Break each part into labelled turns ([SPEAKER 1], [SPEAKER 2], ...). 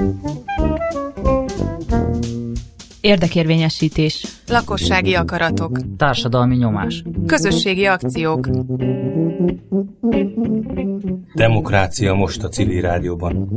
[SPEAKER 1] Érdekérvényesítés.
[SPEAKER 2] Lakossági akaratok.
[SPEAKER 3] Társadalmi nyomás.
[SPEAKER 2] Közösségi akciók.
[SPEAKER 4] Demokrácia most a Civil Rádióban.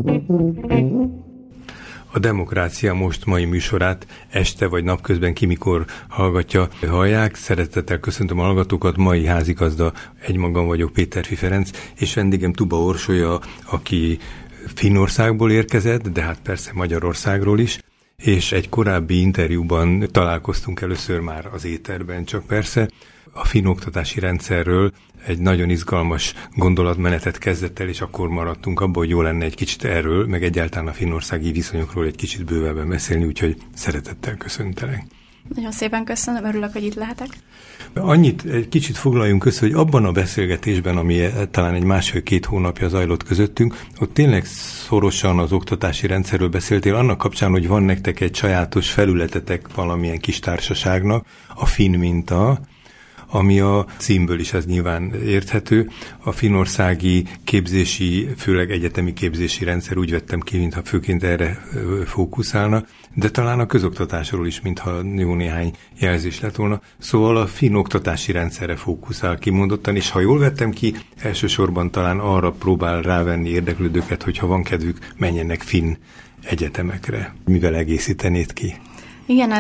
[SPEAKER 5] A Demokrácia most mai műsorát este vagy napközben ki mikor hallgatja, hallják. Szeretettel köszöntöm a hallgatókat, mai házigazda egymagam vagyok, Péterfi Ferenc, és vendégem Tuba Orsolya, aki Finnországból érkezett, de hát persze Magyarországról is, és egy korábbi interjúban találkoztunk először már az éterben, csak persze a finn oktatási rendszerről egy nagyon izgalmas gondolatmenetet kezdett el, és akkor maradtunk abban, hogy jó lenne egy kicsit erről, meg egyáltalán a finnországi viszonyokról egy kicsit bővebben beszélni, úgyhogy szeretettel köszöntelek.
[SPEAKER 6] Nagyon szépen köszönöm, örülök, hogy itt lehetek.
[SPEAKER 5] Annyit egy kicsit foglaljunk össze, hogy abban a beszélgetésben, ami talán egy 1,5-2 hónapja zajlott közöttünk, ott tényleg szorosan az oktatási rendszerről beszéltél, annak kapcsán, hogy van nektek egy sajátos felületetek valamilyen kis társaságnak, a Finn Minta, ami a címből is ez nyilván érthető. A finnországi képzési, főleg egyetemi képzési rendszer, úgy vettem ki, mintha főként erre fókuszálna, de talán a közoktatásról is, mintha jó néhány jelzés lett volna. Szóval a finn oktatási rendszerre fókuszál kimondottan, és ha jól vettem ki, elsősorban talán arra próbál rávenni érdeklődőket, hogyha van kedvük, menjenek finn egyetemekre. Mivel egészítenéd ki?
[SPEAKER 6] Igen,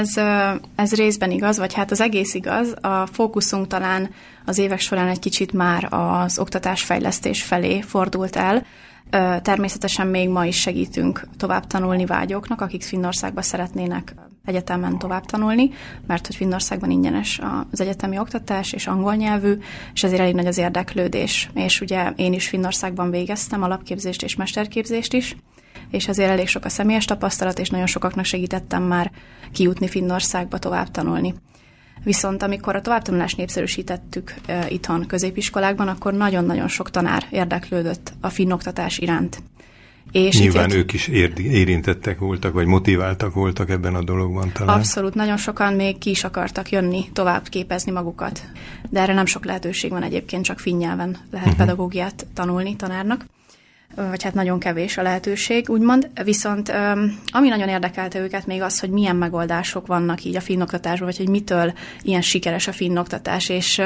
[SPEAKER 6] ez részben igaz, vagy hát az egész igaz. A fókuszunk talán az évek során egy kicsit már az oktatásfejlesztés felé fordult el. Természetesen még ma is segítünk tovább tanulni vágyóknak, akik Finnországban szeretnének egyetemen tovább tanulni, mert hogy Finnországban ingyenes az egyetemi oktatás és angol nyelvű, és ezért elég nagy az érdeklődés. És ugye én is Finnországban végeztem alapképzést és mesterképzést is, és azért elég sok a személyes tapasztalat, és nagyon sokaknak segítettem már kijutni Finnországba tovább tanulni. Viszont amikor a továbbtanulást népszerűsítettük itthon középiskolákban, akkor nagyon-nagyon sok tanár érdeklődött a finn oktatás iránt. És
[SPEAKER 5] nyilván ők is érintettek voltak, vagy motiváltak voltak ebben a dologban talán.
[SPEAKER 6] Abszolút, nagyon sokan még ki is akartak jönni, tovább képezni magukat. De erre nem sok lehetőség van egyébként, csak finn nyelven lehet pedagógiát tanulni tanárnak. Vagy hát nagyon kevés a lehetőség, úgymond. Viszont ami nagyon érdekelte őket még az, hogy milyen megoldások vannak így a finn oktatásban, vagy hogy mitől ilyen sikeres a finn oktatás, és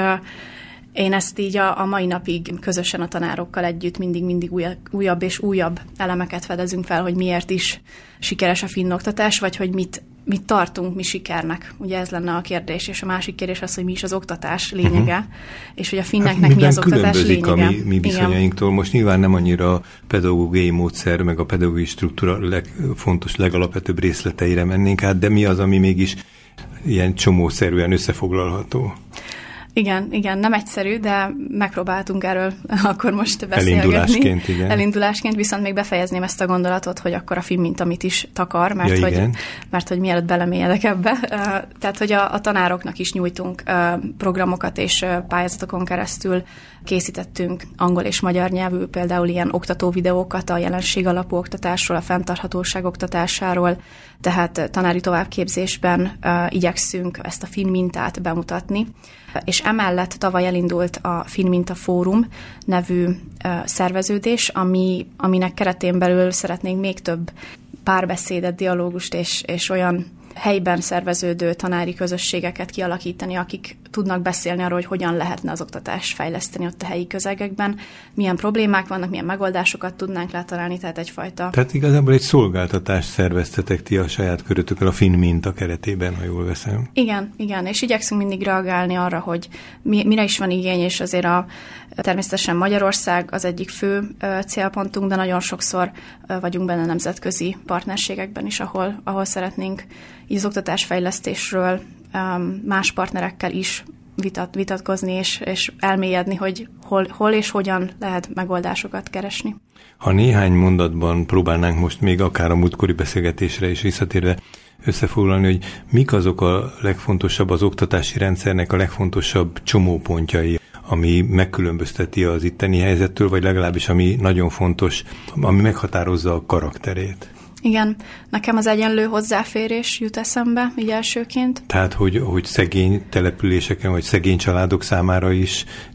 [SPEAKER 6] én ezt így a mai napig közösen a tanárokkal együtt mindig újabb és újabb elemeket fedezünk fel, hogy miért is sikeres a finn oktatás, vagy hogy mit tartunk mi sikernek. Ugye ez lenne a kérdés, és a másik kérdés az, hogy mi is az oktatás lényege, és hogy a finneknek mi az oktatás lényege.
[SPEAKER 5] A mi viszonyainktól. Most nyilván nem annyira a pedagógiai módszer, meg a pedagógiai struktúra legalapvetőbb részleteire mennénk át, de mi az, ami mégis ilyen csomószerűen összefoglalható?
[SPEAKER 6] Igen, nem egyszerű, de megpróbáltunk erről akkor most beszélgetni. Elindulásként, viszont még befejezném ezt a gondolatot, hogy akkor a Finn Minta mit is takar, mert hogy mielőtt belemélyedek ebbe. Tehát, hogy a tanároknak is nyújtunk programokat, és pályázatokon keresztül készítettünk angol és magyar nyelvű, például ilyen oktató videókat a jelenség alapú oktatásról, a fenntarthatóság oktatásáról, tehát tanári továbbképzésben igyekszünk ezt a Finn Mintát bemutatni. És emellett tavaly elindult a Finn Minta Fórum nevű szerveződés, aminek keretén belül szeretnénk még több párbeszédet, dialógust és olyan helyben szerveződő tanári közösségeket kialakítani, akik tudnak beszélni arról, hogy hogyan lehetne az oktatást fejleszteni ott a helyi közegekben, milyen problémák vannak, milyen megoldásokat tudnánk letalálni, tehát egyfajta... Tehát
[SPEAKER 5] igazából egy szolgáltatást szerveztetek ti a saját körötökön a Finn Minta keretében, ha jól veszem.
[SPEAKER 6] Igen, és igyekszünk mindig reagálni arra, hogy mire is van igény, és azért természetesen Magyarország az egyik fő célpontunk, de nagyon sokszor vagyunk benne nemzetközi partnerségekben is, ahol szeretnénk így az oktatásfejlesztésről más partnerekkel is vitatkozni, és elmélyedni, hogy hol és hogyan lehet megoldásokat keresni.
[SPEAKER 5] Ha néhány mondatban próbálnánk most még akár a múltkori beszélgetésre is visszatérve összefoglalni, hogy mik azok a legfontosabb az oktatási rendszernek a legfontosabb csomópontjai, ami megkülönbözteti az itteni helyzettől, vagy legalábbis ami nagyon fontos, ami meghatározza a karakterét.
[SPEAKER 6] Igen, nekem az egyenlő hozzáférés jut eszembe, így elsőként.
[SPEAKER 5] Tehát, hogy szegény településeken, vagy szegény családok számára is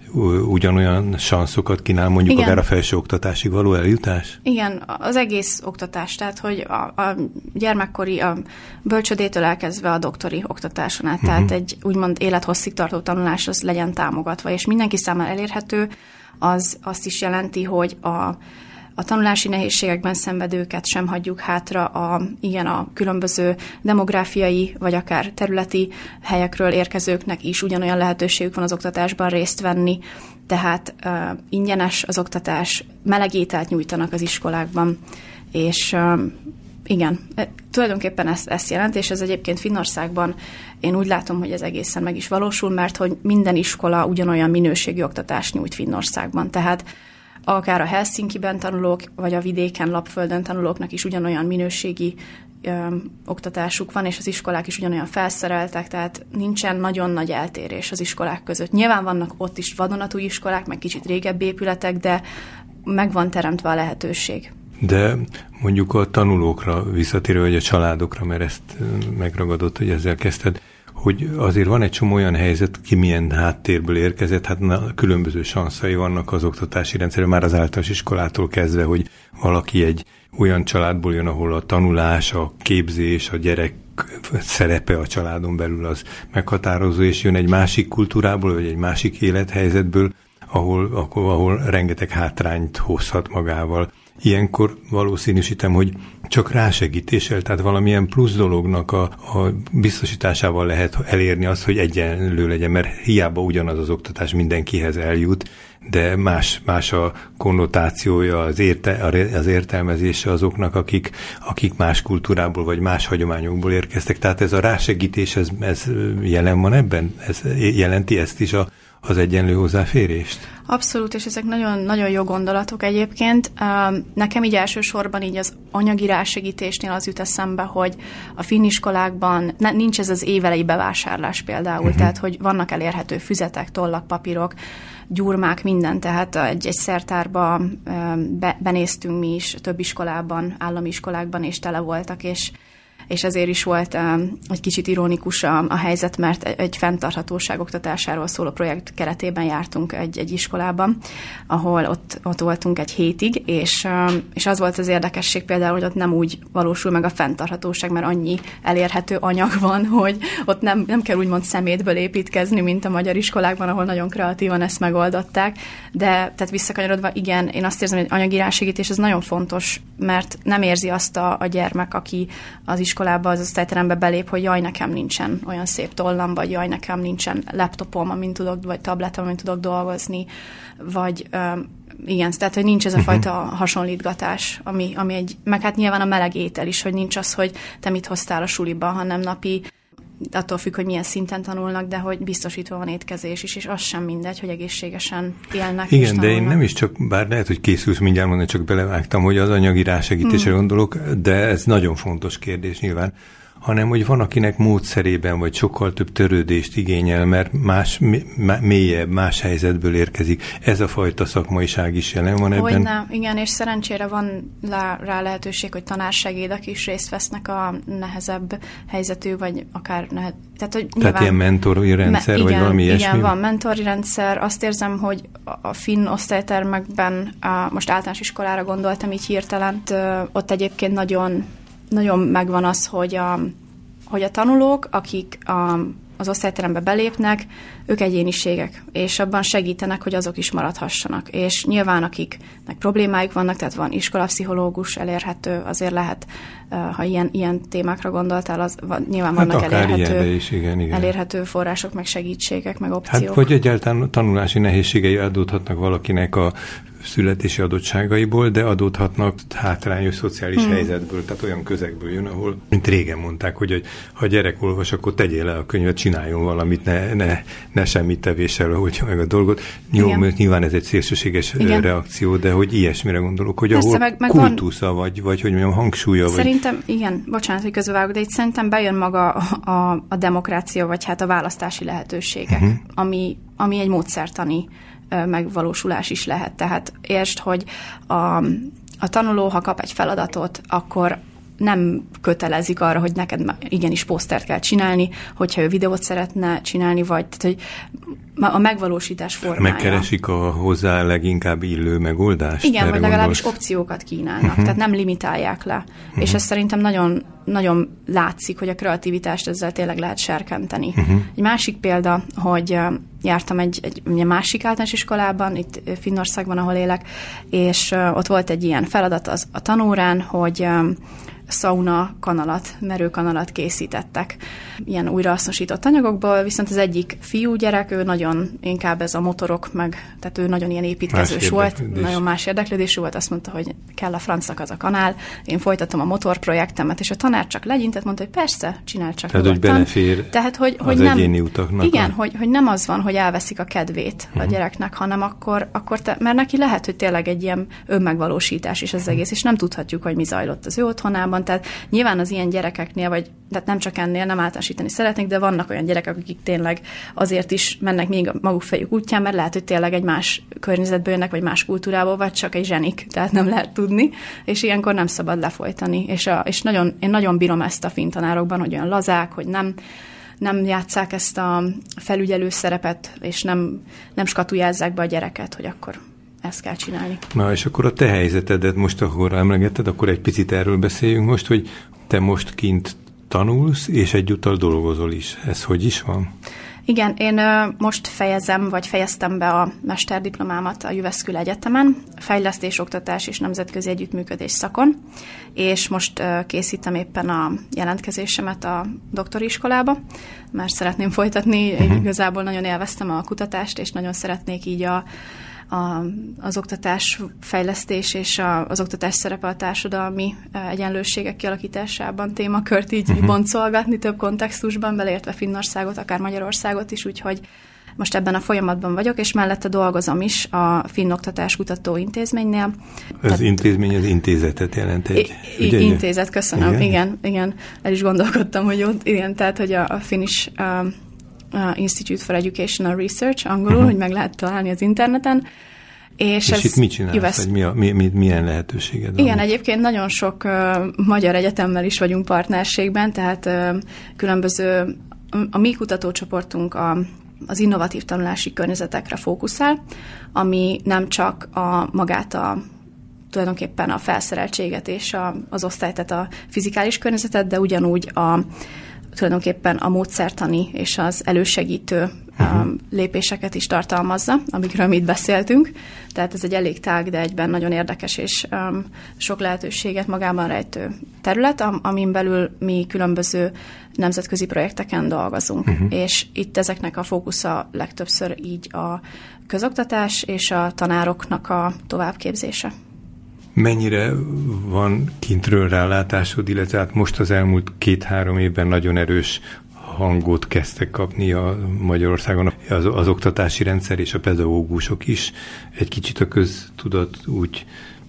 [SPEAKER 5] ugyanolyan sanszokat kínál mondjuk
[SPEAKER 6] igen.
[SPEAKER 5] akár a felsőoktatásig való eljutás?
[SPEAKER 6] Igen, az egész oktatás, tehát hogy a gyermekkori, a bölcsödétől elkezdve a doktori oktatáson át, tehát egy úgymond élethosszig tartó tanulás az legyen támogatva, és mindenki számára elérhető, az azt is jelenti, hogy a tanulási nehézségekben szenvedőket sem hagyjuk hátra, a különböző demográfiai vagy akár területi helyekről érkezőknek is ugyanolyan lehetőségük van az oktatásban részt venni, tehát ingyenes az oktatás, meleg ételt nyújtanak az iskolákban, és igen, tulajdonképpen ezt jelent, és ez egyébként Finnországban én úgy látom, hogy ez egészen meg is valósul, mert hogy minden iskola ugyanolyan minőségű oktatást nyújt Finnországban, tehát akár a Helsinkiben tanulók, vagy a vidéken, Lapföldön tanulóknak is ugyanolyan minőségi oktatásuk van, és az iskolák is ugyanolyan felszereltek, tehát nincsen nagyon nagy eltérés az iskolák között. Nyilván vannak ott is vadonatúj iskolák, meg kicsit régebbi épületek, de meg van teremtve a lehetőség.
[SPEAKER 5] De mondjuk a tanulókra visszatérő, vagy a családokra, mert ezt megragadott, hogy ezzel kezdted, hogy azért van egy csomó olyan helyzet, ki milyen háttérből érkezett, hát különböző sanszai vannak az oktatási rendszerben, már az általános iskolától kezdve, hogy valaki egy olyan családból jön, ahol a tanulás, a képzés, a gyerek szerepe a családon belül az meghatározó, és jön egy másik kultúrából, vagy egy másik élethelyzetből, ahol rengeteg hátrányt hozhat magával. Ilyenkor valószínűsítem, hogy csak rásegítéssel, tehát valamilyen plusz dolognak a biztosításával lehet elérni azt, hogy egyenlő legyen, mert hiába ugyanaz az oktatás mindenkihez eljut, de más a konnotációja, az értelmezése azoknak, akik más kultúrából vagy más hagyományokból érkeztek. Tehát ez a rásegítés, ez jelen van ebben? Ez jelenti ezt is az egyenlő hozzáférést?
[SPEAKER 6] Abszolút, és ezek nagyon, nagyon jó gondolatok egyébként. Nekem így elsősorban így az anyagi rásegítésnél az jut eszembe, hogy a finn iskolákban nincs ez az évelei bevásárlás például, tehát hogy vannak elérhető füzetek, tollak, papírok, gyurmák, minden, tehát egy szertárba benéztünk mi is több iskolában, állami iskolákban, és tele voltak, és ezért is volt egy kicsit ironikus a helyzet, mert egy fenntarthatóság oktatásáról szóló projekt keretében jártunk egy iskolában, ahol ott voltunk egy hétig, és az volt az érdekesség például, hogy ott nem úgy valósul meg a fenntarthatóság, mert annyi elérhető anyag van, hogy ott nem kell úgymond szemétből építkezni, mint a magyar iskolákban, ahol nagyon kreatívan ezt megoldották, de tehát visszakanyarodva, igen, én azt érzem, hogy anyagi rásegítés ez nagyon fontos, mert nem érzi azt a gyermek, aki az iskolába, az osztályterembe belép, hogy jaj, nekem nincsen olyan szép tollam, vagy jaj, nekem nincsen laptopom, amin tudok, vagy tabletem, amin tudok dolgozni, vagy igen, tehát, hogy nincs ez a fajta hasonlítgatás, ami meg hát nyilván a meleg étel is, hogy nincs az, hogy te mit hoztál a suliba, hanem napi, attól függ, hogy milyen szinten tanulnak, de hogy biztosítva van étkezés is, és az sem mindegy, hogy egészségesen élnek.
[SPEAKER 5] Igen, de én nem is csak, bár lehet, hogy készülsz mindjárt mondani, csak belevágtam, hogy az anyagi rásegítésre gondolok, de ez nagyon fontos kérdés nyilván, hanem hogy van, akinek módszerében vagy sokkal több törődést igényel, mert mélyebb, más helyzetből érkezik. Ez a fajta szakmaiság is jelen van ebben?
[SPEAKER 6] Hogyne, igen, és szerencsére van rá lehetőség, hogy tanársegédek is részt vesznek a nehezebb helyzetű, vagy akár
[SPEAKER 5] Tehát ilyen mentori rendszer, vagy
[SPEAKER 6] igen,
[SPEAKER 5] valami ilyesmi? Igen,
[SPEAKER 6] van mentori rendszer. Azt érzem, hogy a finn osztálytermekben, most általános iskolára gondoltam így hirtelen, ott egyébként nagyon megvan az, hogy a tanulók, akik az osztályterembe belépnek, ők egyéniségek, és abban segítenek, hogy azok is maradhassanak. És nyilván akiknek problémáik vannak, tehát van iskolapszichológus elérhető, azért lehet, ha ilyen témákra gondoltál, nyilván vannak elérhető források, meg segítségek, meg opciók.
[SPEAKER 5] Hát vagy egyáltalán tanulási nehézségei adódhatnak valakinek a születési adottságaiból, de adódhatnak hátrányos szociális helyzetből, tehát olyan közegből jön, ahol, mint régen mondták, hogy ha a gyerek olvas, akkor tegyél le a könyvet, csináljon valamit, ne semmit tevéssel, hogy meg a dolgot. Nyilván ez egy szélsőséges reakció, de hogy ilyesmire gondolok, hogy persze, ahol kultusza, vagy hogy mondjam, hangsúlya.
[SPEAKER 6] Szerintem, igen, bocsánat, hogy közbevágok, de itt szerintem bejön maga a demokrácia, vagy hát a választási lehetőségek, ami egy módszertani megvalósulás is lehet. Tehát értsd, hogy a tanuló, ha kap egy feladatot, akkor nem kötelezik arra, hogy neked igenis posztert kell csinálni, hogyha ő videót szeretne csinálni, vagy tehát, hogy a megvalósítás formája.
[SPEAKER 5] Megkeresik a hozzá leginkább illő megoldást?
[SPEAKER 6] Igen, vagy legalábbis opciókat kínálnak, tehát nem limitálják le. És ez szerintem nagyon, nagyon látszik, hogy a kreativitást ezzel tényleg lehet serkenteni. Egy másik példa, hogy jártam egy másik általános iskolában, itt Finnországban, ahol élek, és ott volt egy ilyen feladat a tanórán, hogy szauna kanalat, merőkanalat készítettek ilyen újrahasznosított anyagokból, viszont az egyik fiú gyerek, ő nagyon inkább ez a motorok, tehát ő nagyon ilyen építkezős volt, nagyon más érdeklődésű volt, azt mondta, hogy kell a francnak az a kanál, én folytatom a motorprojektemet, és a tanár csak legyintett, mondta, hogy persze, csinál csak
[SPEAKER 5] tehát, hogy belefér
[SPEAKER 6] tehát, hogy
[SPEAKER 5] az
[SPEAKER 6] nem,
[SPEAKER 5] egyéni utaknak.
[SPEAKER 6] Igen, hogy nem az van, hogy elveszik a kedvét a gyereknek, hanem akkor mert neki lehet, hogy tényleg egy ilyen önmegvalósítás is az egész, és nem tudhatjuk, hogy mi zajlott az ő otthonában. Tehát nyilván az ilyen gyerekeknél, vagy tehát nem csak ennél, nem általánosítani szeretnék, de vannak olyan gyerekek, akik tényleg azért is mennek még a maguk fejük útján, mert lehet, hogy tényleg egy más környezetből jönnek, vagy más kultúrából, vagy csak egy zsenik, tehát nem lehet tudni, és ilyenkor nem szabad lefolytani. És én nagyon bírom ezt a finn tanárokban, hogy olyan lazák, hogy nem játsszák ezt a felügyelő szerepet, és nem skatujázzák be a gyereket, hogy akkor ezt kell csinálni.
[SPEAKER 5] Na, és akkor a te helyzetedet most, ahol emlegetted, akkor egy picit erről beszéljünk most, hogy te most kint tanulsz, és egyúttal dolgozol is. Ez hogy is van?
[SPEAKER 6] Igen, én most fejeztem be a mesterdiplomámat a Jyväskylä Egyetemen, fejlesztés, oktatás és nemzetközi együttműködés szakon, és most készítem éppen a jelentkezésemet a doktori iskolába, mert szeretném folytatni, igazából nagyon élveztem a kutatást, és nagyon szeretnék így az oktatás fejlesztés és az oktatás szerepe a társadalmi egyenlőségek kialakításában témakört így boncolgatni több kontextusban, beleértve Finnországot, akár Magyarországot is, úgyhogy most ebben a folyamatban vagyok, és mellette dolgozom is a Finn Oktatás Kutató Intézménynél.
[SPEAKER 5] Az intézmény az intézetet jelent egy ügyelje?
[SPEAKER 6] Intézet, köszönöm, igen. El is gondolkodtam, hogy igen, tehát, hogy a Finnish Institute for Educational Research, angolul, hogy meg lehet találni az interneten.
[SPEAKER 5] És itt mit csinálsz? Milyen lehetőséged van?
[SPEAKER 6] Igen, egyébként nagyon sok magyar egyetemmel is vagyunk partnerségben, tehát különböző, a mi kutatócsoportunk az innovatív tanulási környezetekre fókuszál, ami nem csak tulajdonképpen a felszereltséget és az osztályt, tehát a fizikális környezetet, de ugyanúgy tulajdonképpen a módszertani és az elősegítő lépéseket is tartalmazza, amikről mi itt beszéltünk. Tehát ez egy elég tág, de egyben nagyon érdekes és sok lehetőséget magában rejtő terület, amin belül mi különböző nemzetközi projekteken dolgozunk. És itt ezeknek a fókusza legtöbbször így a közoktatás és a tanároknak a továbbképzése.
[SPEAKER 5] Mennyire van kintről rálátásod, illetve hát most az elmúlt 2-3 évben nagyon erős hangot kezdtek kapni a Magyarországon az oktatási rendszer és a pedagógusok is. Egy kicsit a köztudat úgy,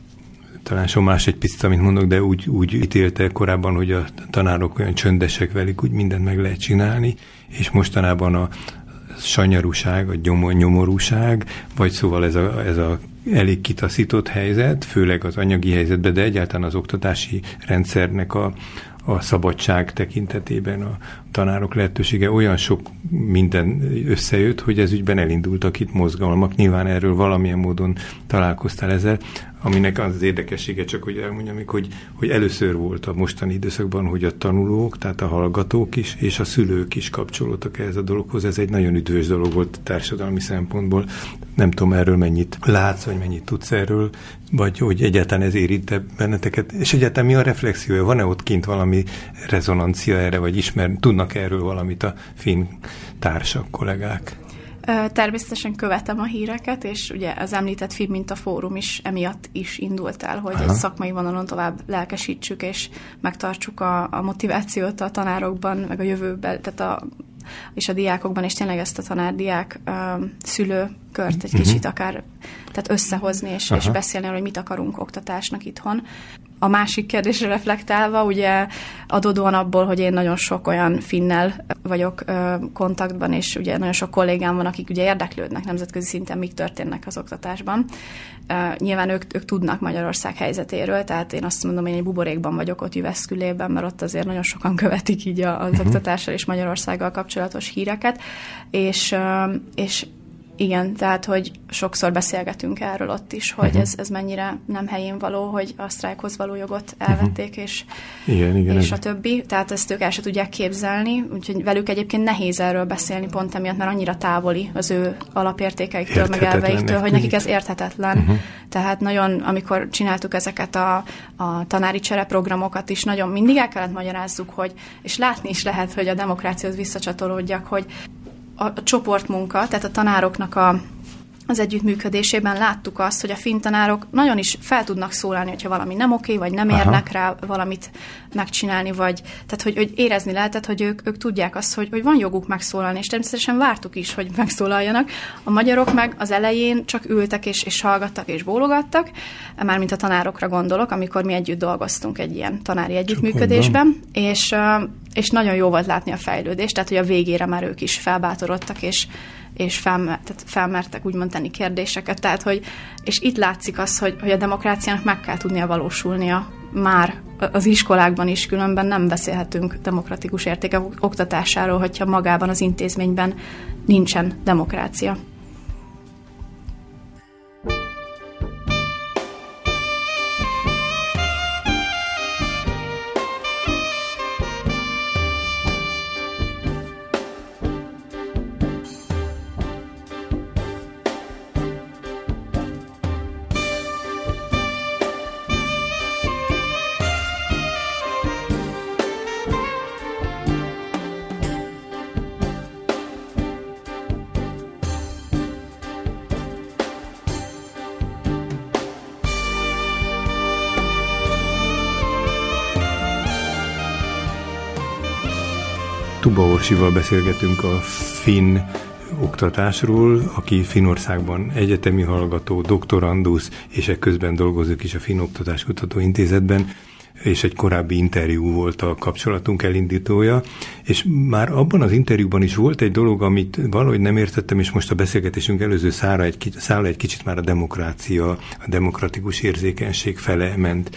[SPEAKER 5] talán somás egy picit, amit mondok, de úgy ítélte korábban, hogy a tanárok olyan csöndesek, velük úgy mindent meg lehet csinálni, és mostanában a sanyarúság, a nyomorúság, vagy szóval ez a elég kitaszított helyzet, főleg az anyagi helyzetben, de egyáltalán az oktatási rendszernek a szabadság tekintetében a tanárok lehetősége olyan sok minden összejött, hogy ez ügyben elindultak itt mozgalmak. Nyilván erről valamilyen módon találkoztál ezzel, aminek az érdekessége, csak hogy elmondjam, hogy először volt a mostani időszakban, hogy a tanulók, tehát a hallgatók is, és a szülők is kapcsolódtak ehhez a dologhoz. Ez egy nagyon üdvös dolog volt társadalmi szempontból. Nem tudom, erről mennyit látsz, vagy mennyit tudsz erről, vagy hogy egyáltalán ez érint benneteket, és egyáltalán mi a reflexiója? Van-e ott kint valami rezonancia erre, vagy tudnak erről valamit a finn társak, kollégák?
[SPEAKER 6] Természetesen követem a híreket, és ugye az említett Finn Minta Fórum is emiatt is indult el, hogy egy szakmai vonalon tovább lelkesítsük, és megtartsuk a motivációt a tanárokban, meg a jövőben, tehát és a diákokban, és tényleg ezt a tanár-diák szülő kört egy kicsit akár, tehát összehozni és beszélni arról, hogy mit akarunk oktatásnak itthon. A másik kérdésre reflektálva, ugye adódóan abból, hogy én nagyon sok olyan finnel vagyok kontaktban, és ugye nagyon sok kollégám van, akik ugye érdeklődnek nemzetközi szinten, mik történnek az oktatásban. Nyilván ők tudnak Magyarország helyzetéről, tehát én azt mondom, én egy buborékban vagyok ott Jyväskylében, mert ott azért nagyon sokan követik így az oktatással és Magyarországgal kapcsolatos híreket, és igen, tehát, hogy sokszor beszélgetünk erről ott is, hogy ez mennyire nem helyén való, hogy a sztrájkhoz való jogot elvették, és a többi. Tehát ezt ők el se tudják képzelni, úgyhogy velük egyébként nehéz erről beszélni pont emiatt, mert annyira távoli az ő alapértékeiktől, meg elveiktől, hogy nekik ez érthetetlen. Tehát nagyon, amikor csináltuk ezeket a tanári csereprogramokat is, nagyon mindig el kellett magyarázzuk, hogy, és látni is lehet, hogy a demokráciához visszacsatolódjak, hogy a csoportmunka, tehát a tanároknak az együttműködésében láttuk azt, hogy a finn tanárok nagyon is fel tudnak szólalni, hogyha valami nem oké, vagy nem érnek rá valamit megcsinálni, vagy tehát, hogy érezni lehetett, hogy ők tudják azt, hogy van joguk megszólalni, és természetesen vártuk is, hogy megszólaljanak. A magyarok meg az elején csak ültek, és hallgattak, és bólogattak, mármint a tanárokra gondolok, amikor mi együtt dolgoztunk egy ilyen tanári együttműködésben, és nagyon jó volt látni a fejlődést, tehát, hogy a végére már ők is felbátorodtak, és felmertek úgymond tenni kérdéseket, tehát, hogy, és itt látszik az, hogy a demokráciának meg kell tudnia valósulnia már az iskolákban is, különben nem beszélhetünk demokratikus értékek oktatásáról, hogyha magában az intézményben nincsen demokrácia.
[SPEAKER 5] Tuba Orsival beszélgetünk a finn oktatásról, aki Finnországban egyetemi hallgató, doktorandusz, és ekközben dolgozik is a Finn Oktatáskutató Intézetben, és egy korábbi interjú volt a kapcsolatunk elindítója, és már abban az interjúban is volt egy dolog, amit valahogy nem értettem, és most a beszélgetésünk előző szála egy kicsit már a demokrácia, a demokratikus érzékenység fele ment.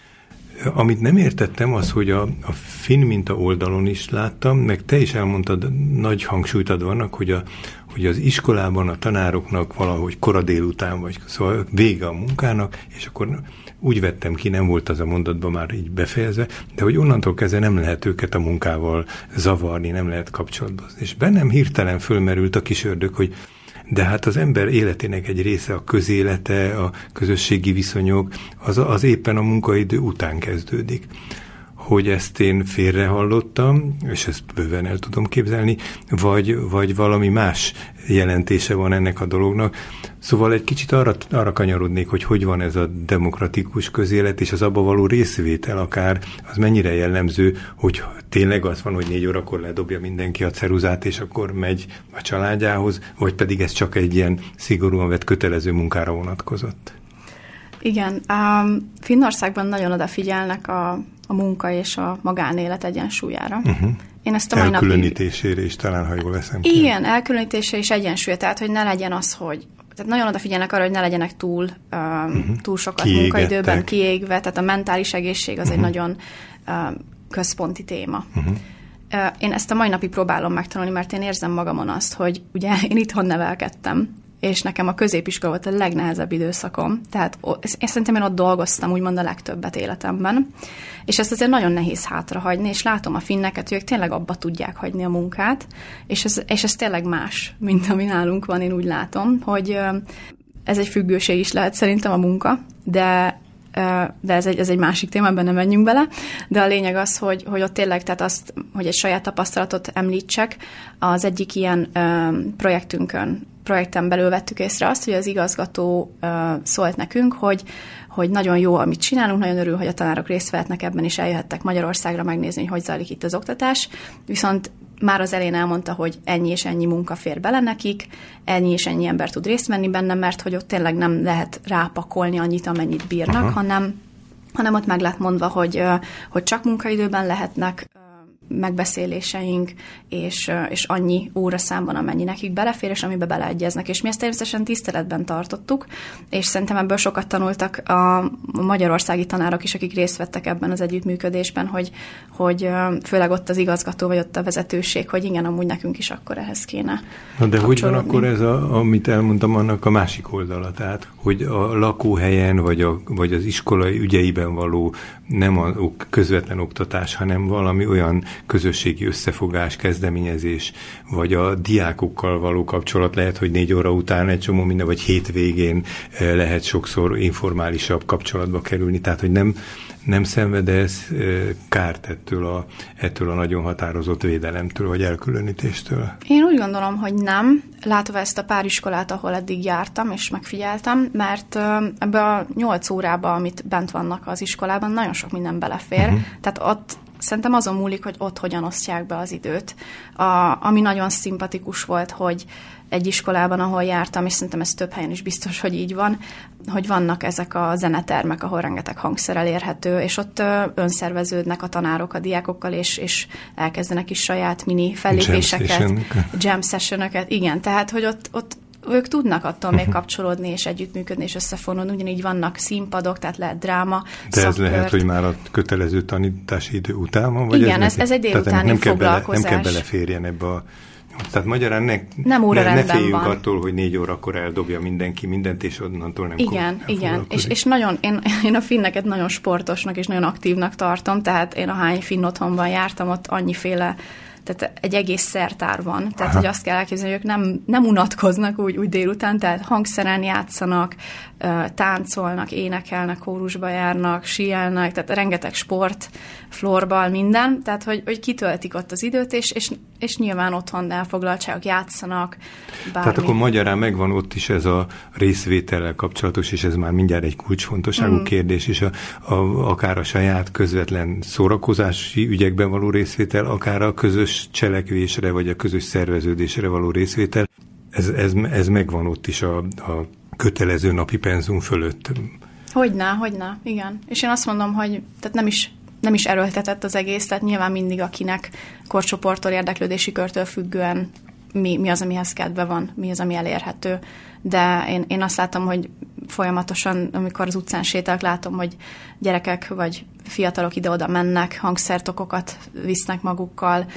[SPEAKER 5] Amit nem értettem, az, hogy a finn minta oldalon is láttam, meg te is elmondtad, nagy hangsúlyt ad vannak, hogy az iskolában a tanároknak valahogy kora délután, vagy szóval vége a munkának, és akkor úgy vettem ki, nem volt az a mondatban már így befejezve, de hogy onnantól kezdve nem lehet őket a munkával zavarni, nem lehet kapcsolatba. És bennem hirtelen fölmerült a kis ördög, hogy de hát az ember életének egy része a közélete, a közösségi viszonyok, az éppen a munkaidő után kezdődik. Hogy ezt én félrehallottam, és ezt bőven el tudom képzelni, vagy valami más jelentése van ennek a dolognak. Szóval egy kicsit arra kanyarodnék, hogy van ez a demokratikus közélet, és az abba való részvétel akár, az mennyire jellemző, hogy tényleg az van, hogy 4 órakor ledobja mindenki a ceruzát, és akkor megy a családjához, vagy pedig ez csak egy ilyen szigorúan vett kötelező munkára vonatkozott?
[SPEAKER 6] Igen, Finnországban nagyon odafigyelnek a munka és a magánélet egyensúlyára. Én ezt a mai
[SPEAKER 5] elkülönítésére is talán, ha jól veszem ki.
[SPEAKER 6] Igen, elkülönítésére és egyensúlya, tehát hogy ne legyen az, hogy tehát nagyon odafigyelnek arra, hogy ne legyenek túl sokat munkaidőben kiégve, tehát a mentális egészség az egy nagyon központi téma. Én ezt a mai napig próbálom megtanulni, mert én érzem magamon azt, hogy ugye én itthon nevelkedtem, és nekem a középiskola volt a legnehezebb időszakom. Tehát én szerintem én ott dolgoztam úgymond a legtöbbet életemben, és ezt azért nagyon nehéz hátrahagyni, és látom a finneket, hogy ők tényleg abba tudják hagyni a munkát, és ez tényleg más, mint ami nálunk van, én úgy látom, hogy ez egy függőség is lehet szerintem a munka, de ez egy másik téma, ebben nem menjünk bele, de a lényeg az, hogy ott tényleg, tehát azt, hogy egy saját tapasztalatot említsek, az egyik ilyen projektünkön projekten belül vettük észre azt, hogy az igazgató szólt nekünk, hogy nagyon jó, amit csinálunk, nagyon örül, hogy a tanárok részt vehetnek ebben, és eljöhettek Magyarországra megnézni, hogy zajlik itt az oktatás. Viszont már az elején elmondta, hogy ennyi és ennyi munka fér bele nekik, ennyi és ennyi ember tud részt venni benne, mert hogy ott tényleg nem lehet rápakolni annyit, amennyit bírnak, hanem ott meg lett mondva, hogy csak munkaidőben lehetnek megbeszéléseink, és annyi óraszámban, amennyi nekik belefér, és amiben beleegyeznek. És mi ezt természetesen tiszteletben tartottuk, és szerintem ebből sokat tanultak a magyarországi tanárok is, akik részt vettek ebben az együttműködésben, hogy főleg ott az igazgató, vagy ott a vezetőség, hogy igen, amúgy nekünk is akkor ehhez kéne.
[SPEAKER 5] Na de hogy van akkor ez, amit elmondtam, annak a másik oldala? Tehát, hogy a lakóhelyen, vagy az iskolai ügyeiben való nem a közvetlen oktatás, hanem valami olyan közösségi összefogás, kezdeményezés, vagy a diákokkal való kapcsolat lehet, hogy 4 óra után egy csomó minden, vagy hétvégén lehet sokszor informálisabb kapcsolatba kerülni, tehát hogy nem szenvedez kárt ettől a nagyon határozott védelemtől, vagy elkülönítéstől?
[SPEAKER 6] Én úgy gondolom, hogy nem. Látva ezt a pár iskolát, ahol eddig jártam, és megfigyeltem, mert ebbe a 8 órába, amit bent vannak az iskolában, nagyon sok minden belefér. Tehát ott szerintem azon múlik, hogy ott hogyan osztják be az időt. Ami nagyon szimpatikus volt, hogy egy iskolában, ahol jártam, és szerintem ez több helyen is biztos, hogy így van, hogy vannak ezek a zenetermek, ahol rengeteg hangszer elérhető, és ott önszerveződnek a tanárok a diákokkal, és elkezdenek is saját mini fellépéseket, jam sessionöket. Igen, tehát, hogy ott ők tudnak attól még kapcsolódni, és együttműködni, és összefonulni. Ugyanígy vannak színpadok, tehát lehet dráma,
[SPEAKER 5] de szakkört. Ez lehet, hogy már a kötelező tanítási idő után van? Vagy
[SPEAKER 6] igen, ez egy délutáni foglalkozás.
[SPEAKER 5] Nem kell beleférjen ebbe a... Tehát magyarán ne féljünk attól, hogy 4 órakor eldobja mindenki mindent, és onnantól nem
[SPEAKER 6] Igen. És nagyon, én a finneket nagyon sportosnak és nagyon aktívnak tartom, tehát én ahány finn otthonban jártam, ott annyiféle, tehát egy egész szertár van. Tehát, hogy azt kell elképzelni, hogy ők nem unatkoznak úgy délután, tehát hangszeren játszanak, táncolnak, énekelnek, kórusba járnak, síelnek, tehát rengeteg sport, florbal, minden, tehát, hogy kitöltik ott az időt, és nyilván otthon elfoglaltságok, játszanak, bármi.
[SPEAKER 5] Tehát akkor magyarán megvan ott is ez a részvétellel kapcsolatos, és ez már mindjárt egy kulcsfontosságú kérdés, és akár a saját közvetlen szórakozási ügyekben való részvétel, akár a közös cselekvésre, vagy a közös szerveződésre való részvétel, ez megvan ott is a kötelező napi penzum fölött.
[SPEAKER 6] Hogyne, igen. És én azt mondom, hogy tehát nem is erőltetett az egész, tehát nyilván mindig akinek korcsoporttól, érdeklődési körtől függően mi az, amihez kedve van, mi az, ami elérhető. De én azt látom, hogy folyamatosan, amikor az utcán sétálok, látom, hogy gyerekek vagy fiatalok ide-oda mennek, hangszertokokat visznek magukkal,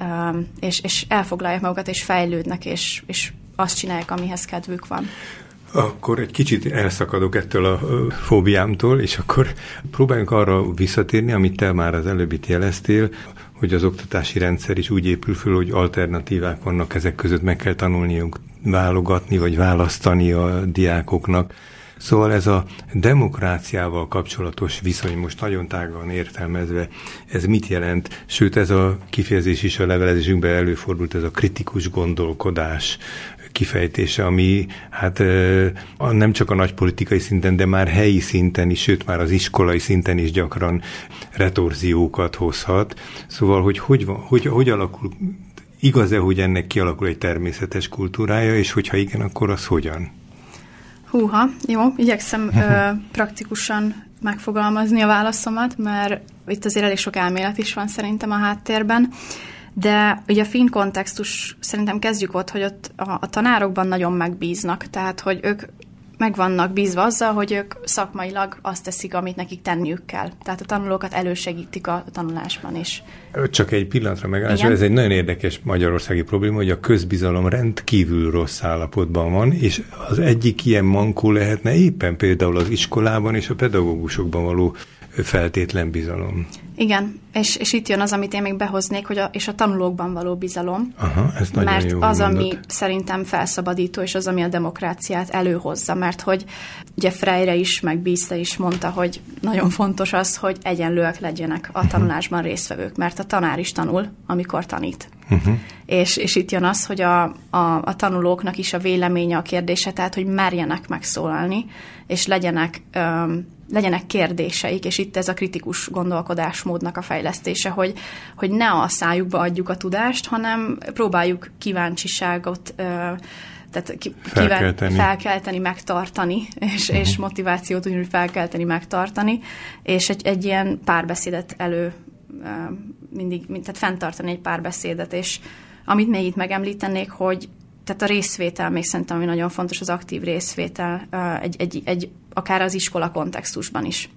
[SPEAKER 6] és elfoglalják magukat, és fejlődnek, és azt csinálják, amihez kedvük van.
[SPEAKER 5] Akkor egy kicsit elszakadok ettől a fóbiámtól, és akkor próbáljunk arra visszatérni, amit te már az előbbit jeleztél, hogy az oktatási rendszer is úgy épül föl, hogy alternatívák vannak, ezek között meg kell tanulniuk válogatni, vagy választani a diákoknak. Szóval ez a demokráciával kapcsolatos viszony most nagyon tágan értelmezve, ez mit jelent? Sőt, ez a kifejezés is a levelezésünkben előfordult, ez a kritikus gondolkodás kifejtése, ami hát nem csak a nagy politikai szinten, de már helyi szinten is, sőt már az iskolai szinten is gyakran retorziókat hozhat. Szóval, hogy alakul, igaz-e, hogy ennek kialakul egy természetes kultúrája, és hogyha igen, akkor az hogyan?
[SPEAKER 6] Húha, jó, igyekszem praktikusan megfogalmazni a válaszomat, mert itt azért elég sok elmélet is van szerintem a háttérben, de ugye a finn kontextus, szerintem kezdjük ott, hogy ott a tanárokban nagyon megbíznak, tehát hogy ők meg vannak bízva azzal, hogy ők szakmailag azt teszik, amit nekik tenniük kell. Tehát a tanulókat elősegítik a tanulásban is.
[SPEAKER 5] Csak egy pillanatra megállásra, ez egy nagyon érdekes magyarországi probléma, hogy a közbizalom rendkívül rossz állapotban van, és az egyik ilyen mankó lehetne éppen például az iskolában és a pedagógusokban való feltétlen bizalom.
[SPEAKER 6] Igen, és itt jön az, amit én még behoznék, hogy és a tanulókban való bizalom.
[SPEAKER 5] Aha, ez nagyon
[SPEAKER 6] mert
[SPEAKER 5] jó
[SPEAKER 6] az,
[SPEAKER 5] mondat.
[SPEAKER 6] ami szerintem felszabadító, és az, ami a demokráciát előhozza, mert hogy ugye Freire is, meg Bízte is mondta, hogy nagyon fontos az, hogy egyenlőek legyenek a tanulásban résztvevők, mert a tanár is tanul, amikor tanít. És itt jön az, hogy a tanulóknak is a véleménye, a kérdése, tehát, hogy merjenek megszólalni, és legyenek kérdéseik, és itt ez a kritikus gondolkodásmódnak a fejlesztése, hogy ne a szájukba adjuk a tudást, hanem próbáljuk kíváncsiságot, tehát felkelteni, megtartani, és motivációt úgy felkelteni, megtartani, és egy ilyen párbeszédet tehát fenntartani egy párbeszédet, és amit még itt megemlítenék, hogy tehát a részvétel még szerintem, ami nagyon fontos, az aktív részvétel, akár az iskola kontextusban is.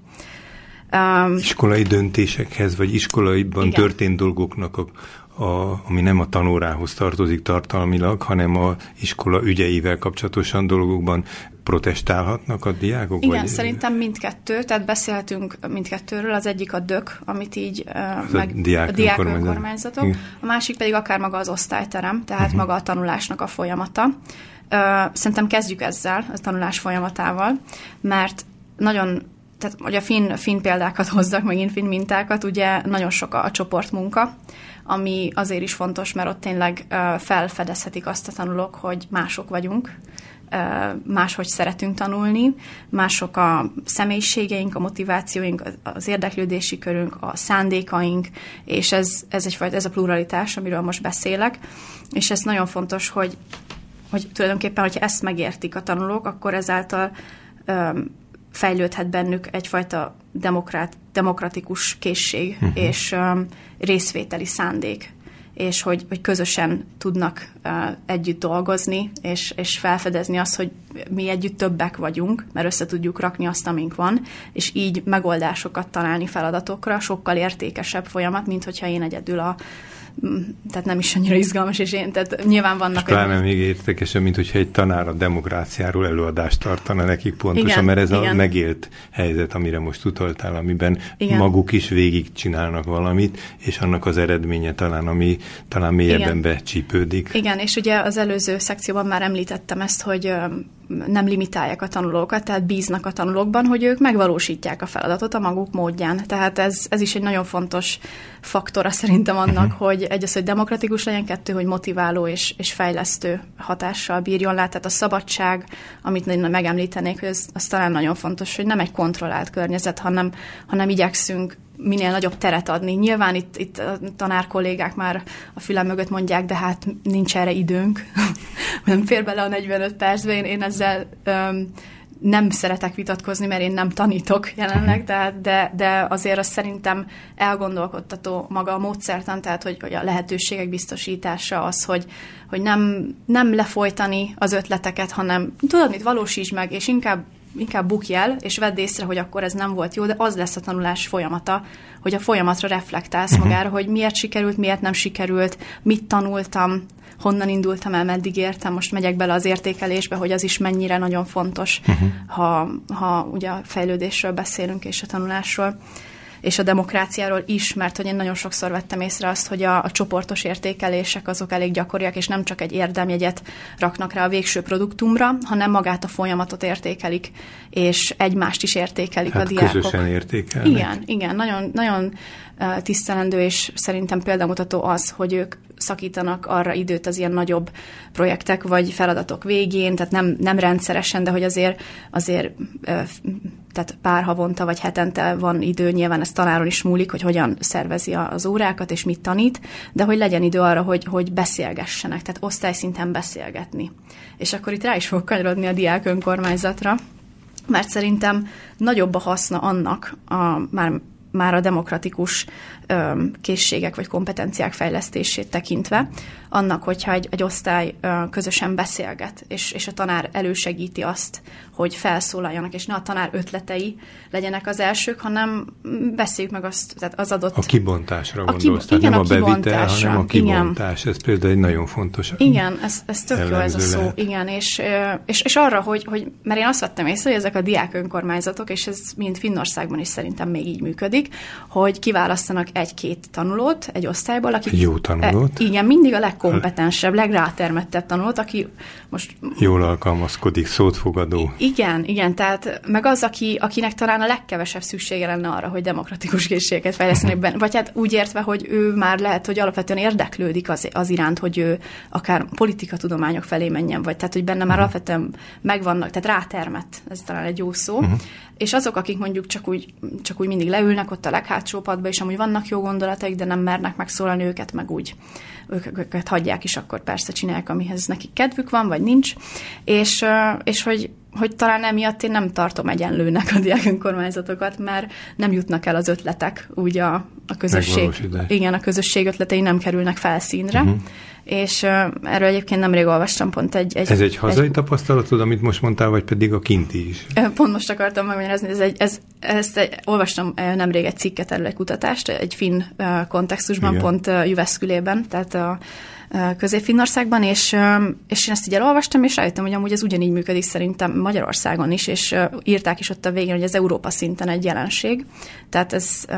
[SPEAKER 5] Iskolai döntésekhez, vagy iskolaiban történt dolgoknak, ami nem a tanórához tartozik tartalmilag, hanem a iskola ügyeivel kapcsolatosan dolgokban protestálhatnak a diákok?
[SPEAKER 6] Igen, szerintem mindkettő, tehát beszélhetünk mindkettőről, az egyik a DÖK, amit így a diák önkormányzatok, a másik pedig akár maga az osztályterem, tehát maga a tanulásnak a folyamata. Szerintem kezdjük ezzel, a tanulás folyamatával, mert nagyon, tehát hogy a finn példákat hozzak, megint finn mintákat, ugye nagyon sok a csoportmunka, ami azért is fontos, mert ott tényleg felfedezhetik azt a tanulók, hogy mások vagyunk, máshogy szeretünk tanulni, mások a személyiségeink, a motivációink, az érdeklődési körünk, a szándékaink, és ez a pluralitás, amiről most beszélek, és ez nagyon fontos, hogy tulajdonképpen, hogyha ezt megértik a tanulók, akkor ezáltal fejlődhet bennük egyfajta demokratikus készség és részvételi szándék, és hogy közösen tudnak együtt dolgozni, és felfedezni azt, hogy mi együtt többek vagyunk, mert össze tudjuk rakni azt, amink van, és így megoldásokat találni feladatokra, sokkal értékesebb folyamat, mint hogyha én egyedül tehát nem is annyira izgalmas, és tehát nyilván vannak...
[SPEAKER 5] Pláne még értékesebb, mint hogyha egy tanár a demokráciáról előadást tartana nekik pontosan, mert ez a megélt helyzet, amire most utaltál, amiben maguk is végigcsinálnak valamit, és annak az eredménye ami talán mélyebben becsípődik.
[SPEAKER 6] Igen, és ugye az előző szekcióban már említettem ezt, hogy nem limitálják a tanulókat, tehát bíznak a tanulókban, hogy ők megvalósítják a feladatot a maguk módján. Tehát ez is egy nagyon fontos faktora szerintem annak, hogy hogy demokratikus legyen, kettő, hogy motiváló és fejlesztő hatással bírjon le. Tehát a szabadság, amit megemlítenék, hogy az talán nagyon fontos, hogy nem egy kontrollált környezet, hanem igyekszünk minél nagyobb teret adni. Nyilván itt a tanár kollégák már a fülem mögött mondják, de hát nincs erre időnk. Nem fér bele a 45 percbe. Én ezzel nem szeretek vitatkozni, mert én nem tanítok jelenleg, de azért azt szerintem elgondolkodtató maga a módszertan, tehát hogy a lehetőségek biztosítása az, hogy nem lefolytani az ötleteket, hanem tudod mit, valósítsd meg, és inkább bukj el, és vedd észre, hogy akkor ez nem volt jó, de az lesz a tanulás folyamata, hogy a folyamatra reflektálsz magára, hogy miért sikerült, miért nem sikerült, mit tanultam, honnan indultam el, meddig értem, most megyek bele az értékelésbe, hogy az is mennyire nagyon fontos, ha ugye a fejlődésről beszélünk, és a tanulásról, és a demokráciáról is, mert hogy én nagyon sokszor vettem észre azt, hogy a csoportos értékelések azok elég gyakoriak, és nem csak egy érdemjegyet raknak rá a végső produktumra, hanem magát a folyamatot értékelik, és egymást is értékelik a diákok.
[SPEAKER 5] Közösen értékelnek.
[SPEAKER 6] Igen, nagyon, nagyon tisztelendő, és szerintem példamutató az, hogy ők szakítanak arra időt az ilyen nagyobb projektek vagy feladatok végén, tehát nem rendszeresen, de hogy azért tehát pár havonta vagy hetente van idő, nyilván ez tanáron is múlik, hogy hogyan szervezi az órákat és mit tanít, de hogy legyen idő arra, hogy beszélgessenek, tehát osztályszinten beszélgetni. És akkor itt rá is fog kanyarodni a diák önkormányzatra, mert szerintem nagyobb a haszna annak már a demokratikus készségek vagy kompetenciák fejlesztését tekintve, annak, hogyha egy osztály közösen beszélget, és a tanár elősegíti azt, hogy felszólaljanak, és ne a tanár ötletei legyenek az elsők, hanem beszéljük meg azt, tehát az adott...
[SPEAKER 5] A kibontásra gondolsz, tehát nem a bevitel, hanem a kibontás. Igen. Ez például egy nagyon fontos.
[SPEAKER 6] Igen, ez tök jó ez a szó. Lehet. Igen, és arra, hogy mert én azt vettem észre, hogy ezek a diák önkormányzatok, és ez mind Finnországban is szerintem még így működik, hogy kiválasztanak egy-két tanulót egy osztályból, aki...
[SPEAKER 5] Jó tanulót.
[SPEAKER 6] Igen, mindig a legkompetensebb, legrátermettebb tanulót, aki most...
[SPEAKER 5] Jól alkalmazkodik, szótfogadó.
[SPEAKER 6] Igen, tehát meg az, akinek talán a legkevesebb szüksége lenne arra, hogy demokratikus készségeket fejlesztenek benne, vagy hát úgy értve, hogy ő már lehet, hogy alapvetően érdeklődik az iránt, hogy ő akár politikatudományok felé menjen, vagy tehát, hogy benne már alapvetően megvannak, tehát rátermett, ez talán egy jó szó, és azok, akik mondjuk csak úgy mindig leülnek ott a leghátsó padba, és amúgy vannak jó gondolataik, de nem mernek megszólalni őket, meg úgy őket hagyják is, akkor persze csinálják, amihez nekik kedvük van, vagy nincs, és hogy talán emiatt én nem tartom egyenlőnek a diák önkormányzatokat, mert nem jutnak el az ötletek, úgy a közösség. Igen, a közösség ötletei nem kerülnek felszínre, és erről egyébként nemrég olvastam pont
[SPEAKER 5] Ez egy hazai tapasztalatod, amit most mondtál, vagy pedig a kinti is?
[SPEAKER 6] Pont most akartam megmagyarázni, olvastam nemrég egy cikket erről, egy kutatást, egy finn kontextusban, igen. Pont Jyväskylében, tehát a Közép-Finnországban, és én ezt így elolvastam, és rájöttem, hogy amúgy ez ugyanígy működik szerintem Magyarországon is, és írták is ott a végén, hogy ez Európa szinten egy jelenség. Tehát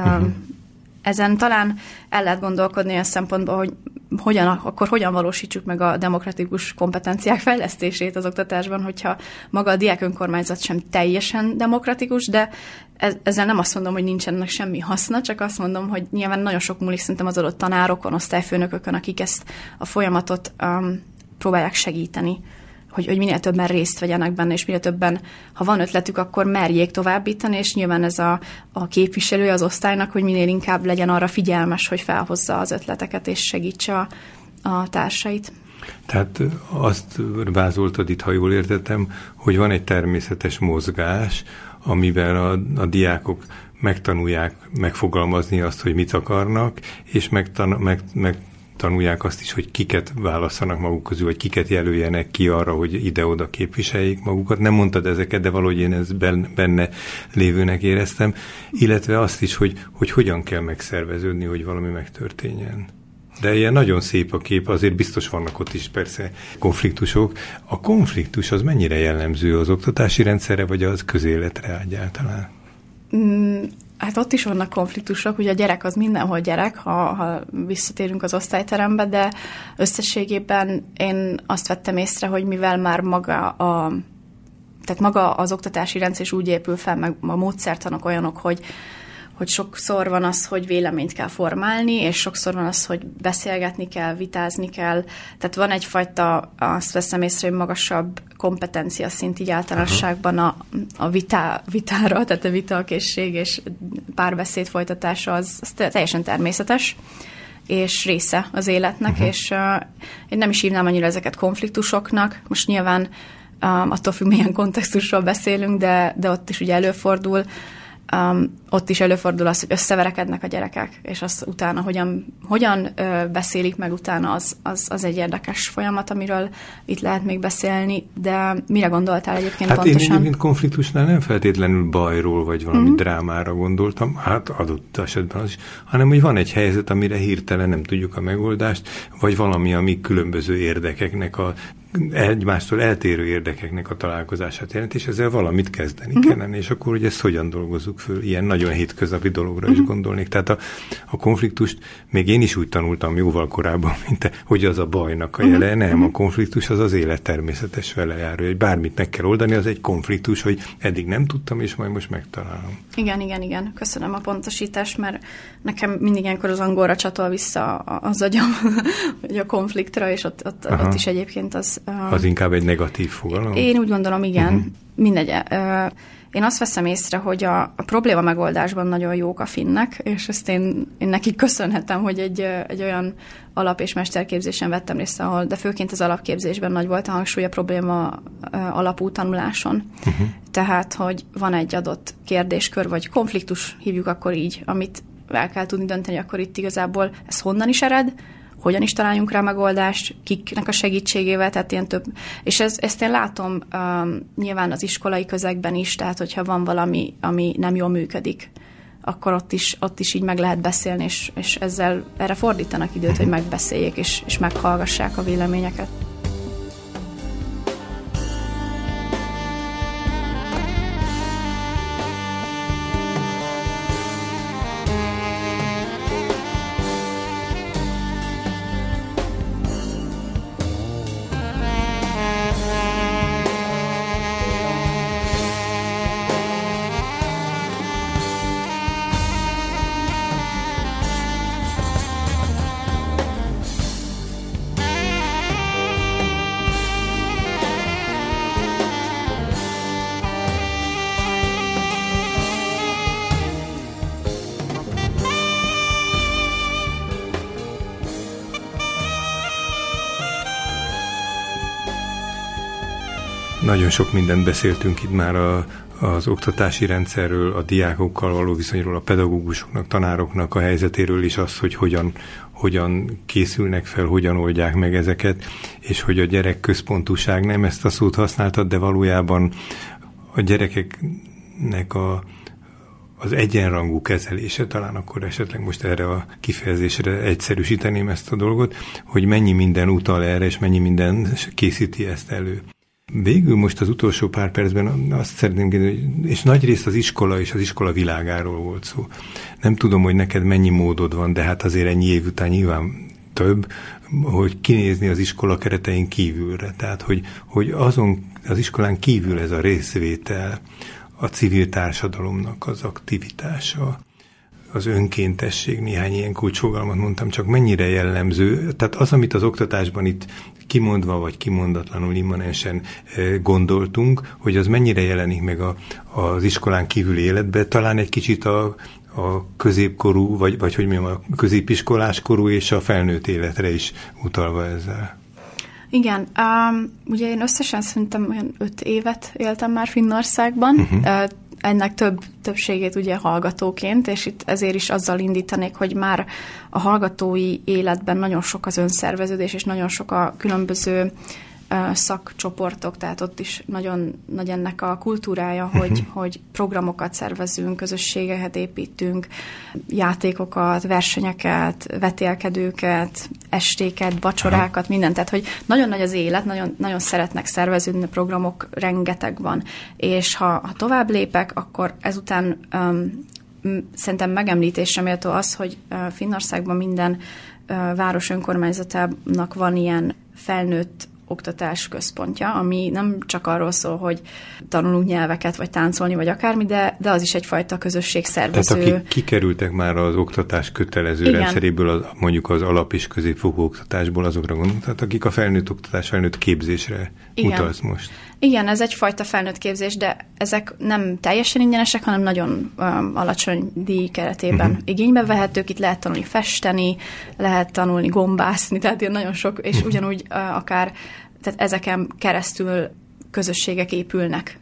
[SPEAKER 6] ezen talán el lehet gondolkodni olyan szempontból, hogy hogyan valósítsuk meg a demokratikus kompetenciák fejlesztését az oktatásban, hogyha maga a diák önkormányzat sem teljesen demokratikus, de ezzel nem azt mondom, hogy nincsen ennek semmi haszna, csak azt mondom, hogy nyilván nagyon sok múlik szerintem az adott tanárokon, osztályfőnökökön, akik ezt a folyamatot próbálják segíteni, hogy minél többen részt vegyenek benne, és minél többen, ha van ötletük, akkor merjék továbbítani, és nyilván ez a képviselője az osztálynak, hogy minél inkább legyen arra figyelmes, hogy felhozza az ötleteket, és segítse a társait.
[SPEAKER 5] Tehát azt vázoltad itt, ha jól értettem, hogy van egy természetes mozgás, amivel a diákok megtanulják megfogalmazni azt, hogy mit akarnak, és megtanulják azt is, hogy kiket válasszanak maguk közül, vagy kiket jelöljenek ki arra, hogy ide-oda képviseljék magukat. Nem mondtad ezeket, de valahogy én ezt benne lévőnek éreztem, illetve azt is, hogy hogyan kell megszerveződni, hogy valami megtörténjen. De ilyen nagyon szép a kép, azért biztos vannak ott is persze konfliktusok. A konfliktus az mennyire jellemző az oktatási rendszerre, vagy az közéletre egyáltalán?
[SPEAKER 6] Hát ott is vannak konfliktusok, ugye a gyerek az mindenhol gyerek, ha visszatérünk az osztályterembe, de összességében én azt vettem észre, hogy mivel már maga az oktatási rendszer is úgy épül fel, meg a módszertanok olyanok, hogy sokszor van az, hogy véleményt kell formálni, és sokszor van az, hogy beszélgetni kell, vitázni kell. Tehát van egyfajta, azt veszem észre, hogy magasabb kompetencia szint így általánosságban a vitára, tehát a vitakészség és párbeszéd folytatása az teljesen természetes, és része az életnek, és én nem is hívnám annyira ezeket konfliktusoknak. Most nyilván attól függ, milyen kontextusról beszélünk, de ott is ugye előfordul, ott is előfordul az, hogy összeverekednek a gyerekek, és azt utána hogyan beszélik meg utána, az egy érdekes folyamat, amiről itt lehet még beszélni, de mire gondoltál egyébként pontosan?
[SPEAKER 5] Hát én egyébként konfliktusnál nem feltétlenül bajról, vagy valami drámára gondoltam, hát adott esetben az is, hanem hogy van egy helyzet, amire hirtelen nem tudjuk a megoldást, vagy valami, ami különböző érdekeknek egymástól eltérő érdekeknek a találkozását jelent, és ezzel valamit kezdeni kellene, és akkor hogy ezt hogyan dolgozzuk föl, ilyen nagyon hétköznapi dologra is gondolnék. Tehát a konfliktust még én is úgy tanultam jóval korábban, mint te, hogy az a bajnak a jele, nem, a konfliktus az élet természetes velejárója, hogy bármit meg kell oldani, az egy konfliktus, hogy eddig nem tudtam, és majd most megtalálom.
[SPEAKER 6] Igen. Köszönöm a pontosítást, mert nekem mindig ilyenkor az angolra csatol vissza az agyam, hogy a konfliktra, és ott is egyébként az
[SPEAKER 5] inkább egy negatív fogalom?
[SPEAKER 6] Én úgy gondolom, igen. Mindegy. Én azt veszem észre, hogy a probléma megoldásban nagyon jók a finnek, és ezt én nekik köszönhetem, hogy egy olyan alap- és mesterképzésen vettem részt, de főként az alapképzésben nagy volt a hangsúly a probléma alapú tanuláson. Tehát, hogy van egy adott kérdéskör, vagy konfliktus, hívjuk akkor így, amit el kell tudni dönteni, akkor itt igazából ez honnan is ered, hogyan is találjunk rá megoldást, kiknek a segítségével, tehát ilyen több. És ezt én látom nyilván az iskolai közegben is, tehát hogyha van valami, ami nem jól működik, akkor ott is így meg lehet beszélni, és ezzel erre fordítanak időt, hogy megbeszéljék, és meghallgassák a véleményeket.
[SPEAKER 5] Nagyon sok mindent beszéltünk itt már az oktatási rendszerről, a diákokkal való viszonyról, a pedagógusoknak, tanároknak a helyzetéről is, az, hogy hogyan készülnek fel, hogyan oldják meg ezeket, és hogy a gyerekközpontúság, nem ezt a szót használtad, de valójában a gyerekeknek az egyenrangú kezelése, talán akkor esetleg most erre a kifejezésre egyszerűsíteném ezt a dolgot, hogy mennyi minden utal erre, és mennyi minden készíti ezt elő. Végül most az utolsó pár percben azt szeretném kérdezni, és nagyrészt az iskola és az iskola világáról volt szó. Nem tudom, hogy neked mennyi módod van, de hát azért ennyi év után nyilván több, hogy kinézni az iskola keretein kívülre. Tehát, hogy azon az iskolán kívül ez a részvétel, a civil társadalomnak az aktivitása, az önkéntesség, néhány ilyen kulcsfogalmat mondtam, csak mennyire jellemző. Tehát az, amit az oktatásban itt kimondva vagy kimondatlanul immanensen gondoltunk, hogy az mennyire jelenik meg az iskolán kívüli életbe, talán egy kicsit a középkorú, vagy hogy mondjam, a középiskolás korú és a felnőtt életre is utalva ezzel.
[SPEAKER 6] Igen, ugye én összesen szerintem olyan 5 évet éltem már Finnországban, ennek többségét ugye hallgatóként, és itt ezért is azzal indítanék, hogy már a hallgatói életben nagyon sok az önszerveződés, és nagyon sok a különböző szakcsoportok, tehát ott is nagyon nagy ennek a kultúrája, hogy programokat szervezünk, közösségeket építünk, játékokat, versenyeket, vetélkedőket, estéket, vacsorákat, mindent. Tehát, hogy nagyon nagy az élet, nagyon, nagyon szeretnek szerveződni, programok rengeteg van. És ha tovább lépek, akkor ezután szerintem megemlítésre méltó az, hogy Finnországban minden város önkormányzatának van ilyen felnőtt oktatás központja, ami nem csak arról szól, hogy tanulunk nyelveket, vagy táncolni, vagy akármi, de az is egyfajta közösségszervező.
[SPEAKER 5] Tehát akik kikerültek már az oktatás kötelező rendszeréből, mondjuk az alap- és középfokú oktatásból, azokra gondolunk, tehát akik a felnőtt oktatás, felnőtt képzésre utalsz most.
[SPEAKER 6] Igen, ez egyfajta felnőtt képzés, de ezek nem teljesen ingyenesek, hanem nagyon alacsony díj keretében igénybe vehetők. Itt lehet tanulni festeni, lehet tanulni gombászni, tehát ilyen nagyon sok, és ugyanúgy akár tehát ezeken keresztül közösségek épülnek,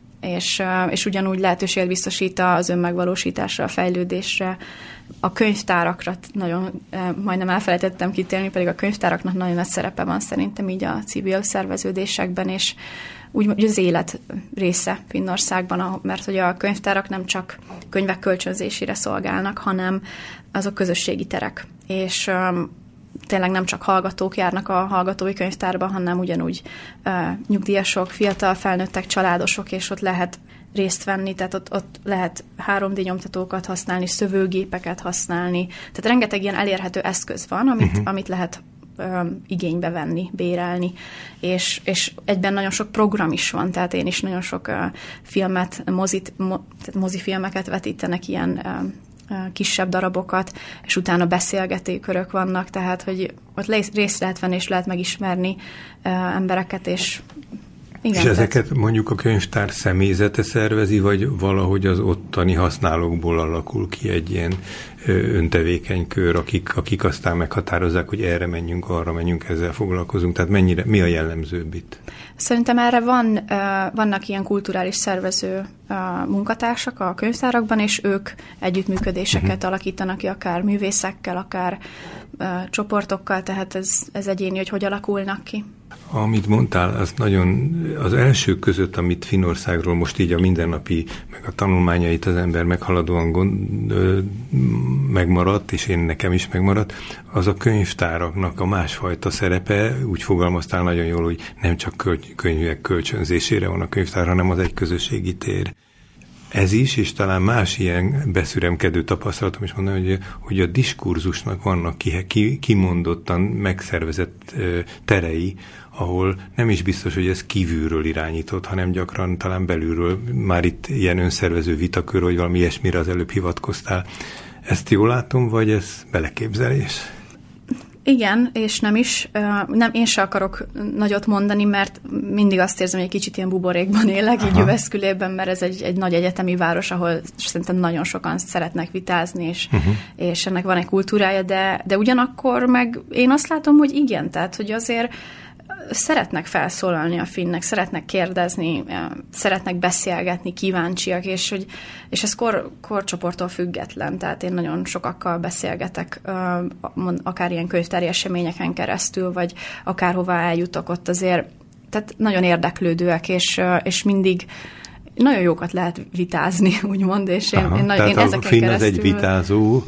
[SPEAKER 6] és ugyanúgy lehetőséget biztosít az önmegvalósításra, a fejlődésre. A könyvtárakra nagyon majdnem elfelejtettem kitérni, pedig a könyvtáraknak nagyon nagy szerepe van szerintem így a civil szerveződésekben, és úgy az élet része Finnországban, mert hogy a könyvtárak nem csak könyvek kölcsönzésére szolgálnak, hanem azok közösségi terek. És tényleg nem csak hallgatók járnak a hallgatói könyvtárba, hanem ugyanúgy nyugdíjasok, fiatal felnőttek, családosok, és ott lehet részt venni, tehát ott lehet 3D nyomtatókat használni, szövőgépeket használni, tehát rengeteg ilyen elérhető eszköz van, amit lehet igénybe venni, bérelni, és egyben nagyon sok program is van, tehát én is nagyon sok filmet, mozifilmeket vetítenek, ilyen kisebb darabokat, és utána beszélgetőkörök vannak, tehát hogy ott részt lehet venni, és lehet megismerni embereket, és
[SPEAKER 5] És ezeket mondjuk a könyvtár személyzete szervezi, vagy valahogy az ottani használókból alakul ki egy ilyen öntevékeny kör, akik aztán meghatározzák, hogy erre menjünk, arra menjünk, ezzel foglalkozunk. Tehát mi a jellemzőbb itt?
[SPEAKER 6] Szerintem erre vannak ilyen kulturális szervező munkatársak a könyvtárakban, és ők együttműködéseket alakítanak ki, akár művészekkel, akár csoportokkal, tehát ez egyéni, hogy alakulnak ki.
[SPEAKER 5] Amit mondtál, az elsők között, amit Finnországról most így a mindennapi, meg a tanulmányait az ember meghaladóan megmaradt, és nekem is megmaradt, az a könyvtáraknak a másfajta szerepe. Úgy fogalmaztál nagyon jól, hogy nem csak könyvek kölcsönzésére van a könyvtár, hanem az egy közösségi tér. Ez is, és talán más ilyen beszüremkedő tapasztalatom is mondani, hogy a diskurzusnak vannak kimondottan megszervezett terei, ahol nem is biztos, hogy ez kívülről irányított, hanem gyakran talán belülről. Már itt ilyen önszervező vitakör, hogy valami ilyesmire az előbb hivatkoztál. Ezt jól látom, vagy ez beleképzelés?
[SPEAKER 6] Igen, és nem is. Én se akarok nagyot mondani, mert mindig azt érzem, hogy egy kicsit ilyen buborékban élek, így Jyväskylában, mert ez egy nagy egyetemi város, ahol szerintem nagyon sokan szeretnek vitázni, és ennek van egy kultúrája, de ugyanakkor meg én azt látom, hogy igen, tehát, hogy azért szeretnek felszólalni a finnek, szeretnek kérdezni, szeretnek beszélgetni, kíváncsiak, és ez korcsoporttól független, tehát én nagyon sokakkal beszélgetek, akár ilyen könyvtári eseményeken keresztül, vagy akárhová eljutok ott azért, tehát nagyon érdeklődőek, és mindig nagyon jókat lehet vitázni, úgymond, és én ezeken keresztül... a finn az egy
[SPEAKER 5] vitázó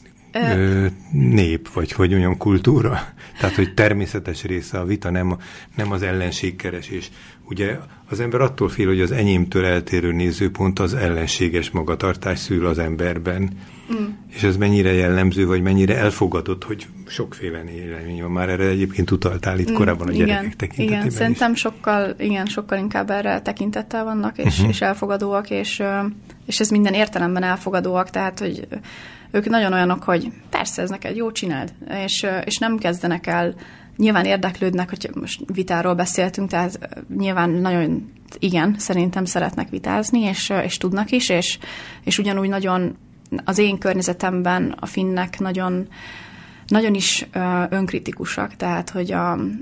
[SPEAKER 5] nép, vagy hogy mondjam, kultúra. Tehát, hogy természetes része a vita, nem az ellenségkeresés. Ugye az ember attól fél, hogy az enyémtől eltérő nézőpont az ellenséges magatartás szül az emberben. És ez mennyire jellemző, vagy mennyire elfogadott, hogy sokféle vélemény van. Már erre egyébként utaltál itt korábban a gyerekek tekintetében.
[SPEAKER 6] Igen, szerintem sokkal inkább erre tekintettel vannak, és elfogadóak, és ez minden értelemben elfogadóak, tehát, hogy ők nagyon olyanok, hogy persze, ez neked jó, csináld, és nem kezdenek el, nyilván érdeklődnek, hogy most vitáról beszéltünk, tehát nyilván nagyon, igen, szerintem szeretnek vitázni, és tudnak is, és ugyanúgy nagyon az én környezetemben a finnek nagyon, nagyon is önkritikusak, tehát, hogy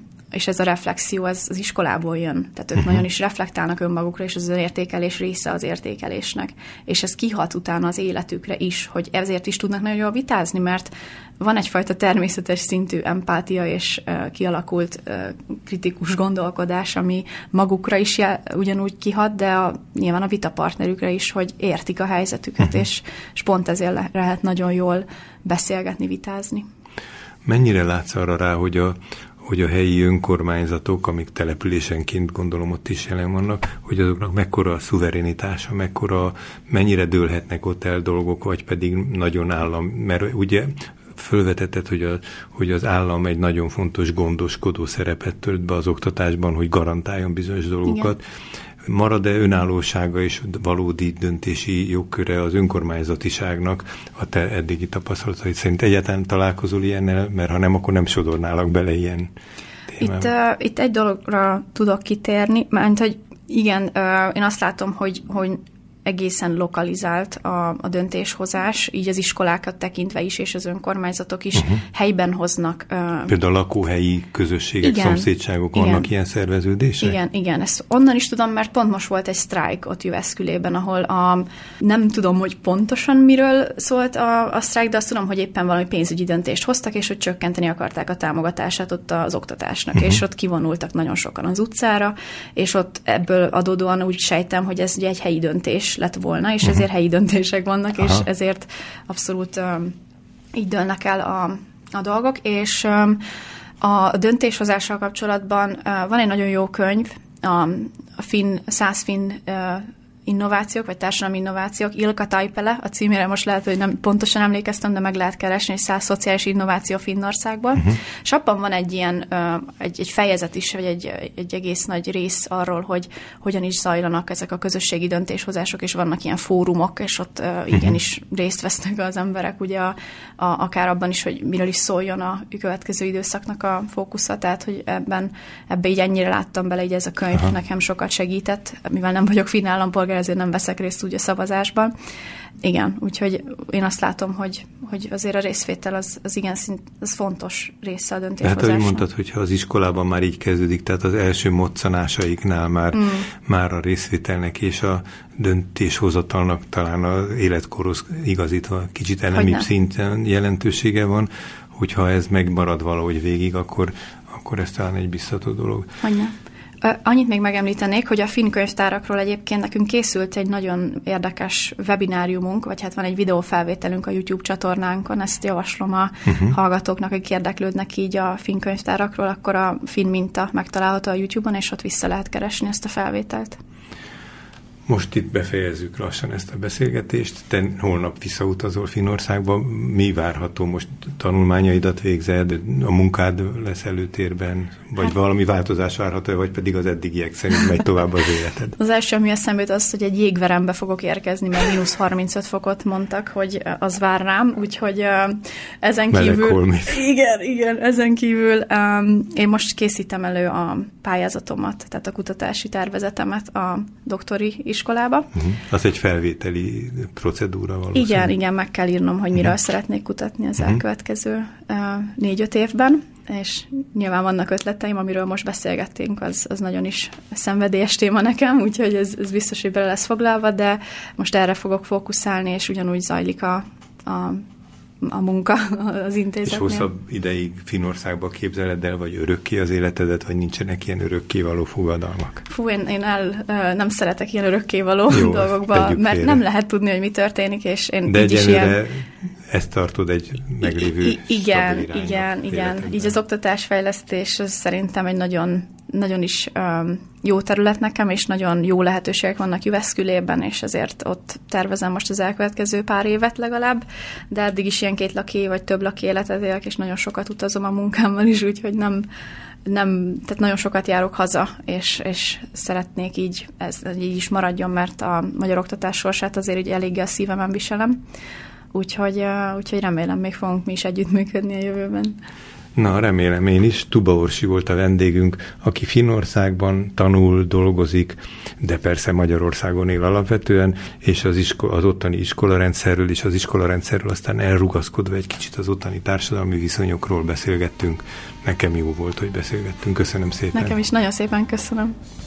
[SPEAKER 6] és ez a reflexió, ez az iskolából jön. Tehát ők nagyon is reflektálnak önmagukra, és ez az értékelés része az értékelésnek. És ez kihat utána az életükre is, hogy ezért is tudnak nagyon jól vitázni, mert van egyfajta természetes szintű empátia és kialakult kritikus gondolkodás, ami magukra is ugyanúgy kihat, de nyilván a vitapartnerükre is, hogy értik a helyzetüket, és pont ezért lehet nagyon jól beszélgetni, vitázni.
[SPEAKER 5] Mennyire látsz arra rá, hogy a helyi önkormányzatok, amik településenként gondolom ott is jelen vannak, hogy azoknak mekkora a szuverenitása, mennyire dőlhetnek ott el dolgok, vagy pedig nagyon állam, mert ugye fölvetetted, hogy az állam egy nagyon fontos gondoskodó szerepet tölt be az oktatásban, hogy garantáljon bizonyos dolgokat. Igen. Marad-e önállósága és valódi döntési jogköre az önkormányzatiságnak a te eddigi tapasztalataid szerint? Egyáltalán találkozol ilyennel, mert ha nem, akkor nem sodornálak bele ilyen témába.
[SPEAKER 6] Itt egy dologra tudok kitérni, mert hogy igen, én azt látom, hogy egészen lokalizált a döntéshozás, így az iskolákat tekintve is, és az önkormányzatok is helyben hoznak.
[SPEAKER 5] Például a lakóhelyi közösségek, szomszédságok, vannak ilyen szerveződések?
[SPEAKER 6] Igen, ezt onnan is tudom, mert pont most volt egy sztrájk ott Jyväskylában, ahol nem tudom, hogy pontosan miről szólt a sztrájk, de azt tudom, hogy éppen valami pénzügyi döntést hoztak, és hogy csökkenteni akarták a támogatását ott az oktatásnak, és ott kivonultak nagyon sokan az utcára, és ott ebből adódóan úgy sejtem, hogy ez ugye egy helyi döntés lett volna, és ezért helyi döntések vannak, és ezért abszolút így dőlnek el a dolgok, és a döntéshozással kapcsolatban van egy nagyon jó könyv, a 100 finn innovációk, vagy társadalmi innovációk. Ilkka Taipale, a címére most lehet, hogy nem pontosan emlékeztem, de meg lehet keresni, hogy 100 szociális innováció Finnországból. És abban van egy ilyen, egy fejezet is, vagy egy egész nagy rész arról, hogy hogyan is zajlanak ezek a közösségi döntéshozások, és vannak ilyen fórumok, és ott igenis részt vesznek az emberek, ugye akár abban is, hogy miről is szóljon a következő időszaknak a fókusza, tehát hogy ebbe így ennyire láttam bele, így ez a könyv nekem sokat segített, mivel nem vagyok finn állampolgár, ezért nem veszek részt úgy a szavazásban. Igen, úgyhogy én azt látom, hogy azért a részvétel az igen az fontos része a döntéshozásnak.
[SPEAKER 5] Hát, ahogy mondtad, hogyha az iskolában már így kezdődik, tehát az első moccanásaiknál már a részvételnek és a döntéshozatalnak talán az életkorhoz igazítva kicsit elemibb szinten jelentősége van, hogyha ez megmarad valahogy végig, akkor ez talán egy biztató dolog.
[SPEAKER 6] Hogyne. Annyit még megemlítenék, hogy a finn könyvtárakról egyébként nekünk készült egy nagyon érdekes webináriumunk, vagy hát van egy videófelvételünk a YouTube csatornánkon, ezt javaslom a hallgatóknak, akik érdeklődnek így a finn könyvtárakról, akkor a finn minta megtalálható a YouTube-on, és ott vissza lehet keresni ezt a felvételt.
[SPEAKER 5] Most itt befejezzük lassan ezt a beszélgetést. Te holnap visszautazol Finnországba. Mi várható? Most tanulmányaidat végzed, a munkád lesz előtérben, vagy valami változás várható, vagy pedig az eddigiek szerint megy tovább az életed?
[SPEAKER 6] Az első, ami eszembe jut, az, hogy egy jégverembe fogok érkezni, mert -35 fokot mondtak, hogy az vár rám, úgyhogy ezen kívül... Igen, ezen kívül én most készítem elő a pályázatomat, tehát a kutatási tervezetemet a doktori iskolába.
[SPEAKER 5] Az egy felvételi procedúra valószínűleg.
[SPEAKER 6] Igen, meg kell írnom, hogy miről szeretnék kutatni az elkövetkező 4-5 évben, és nyilván vannak ötleteim, amiről most beszélgettünk, az nagyon is szenvedélyes téma nekem, úgyhogy ez biztos, hogy bele lesz foglalva, de most erre fogok fókuszálni, és ugyanúgy zajlik a munka az intézetnél.
[SPEAKER 5] És hosszabb ideig Finnországba képzeled el, vagy örökké az életedet, vagy nincsenek ilyen örökkévaló fogadalmak?
[SPEAKER 6] Én nem szeretek ilyen örökkévaló dolgokba, mert nem lehet tudni, hogy mi történik, és én
[SPEAKER 5] de
[SPEAKER 6] így is ilyen...
[SPEAKER 5] ezt tartod egy meglévő
[SPEAKER 6] Igen. Így az oktatásfejlesztés az szerintem egy nagyon is jó terület nekem, és nagyon jó lehetőségek vannak Jyväskylében, és ezért ott tervezem most az elkövetkező pár évet legalább, de eddig is ilyen 2 laki vagy több laki életet élek, és nagyon sokat utazom a munkámmal is, úgyhogy tehát nagyon sokat járok haza, és szeretnék így is maradjon, mert a magyar oktatás sorsát azért így eléggé a szívemen viselem. Úgyhogy remélem, még fogunk mi is együttműködni a jövőben.
[SPEAKER 5] Na, remélem én is. Tuba Orsi volt a vendégünk, aki Finnországban tanul, dolgozik, de persze Magyarországon él alapvetően, és az ottani iskolarendszerről és az iskolarendszerről aztán elrugaszkodva egy kicsit az ottani társadalmi viszonyokról beszélgettünk. Nekem jó volt, hogy beszélgettünk. Köszönöm szépen.
[SPEAKER 6] Nekem is nagyon szépen köszönöm.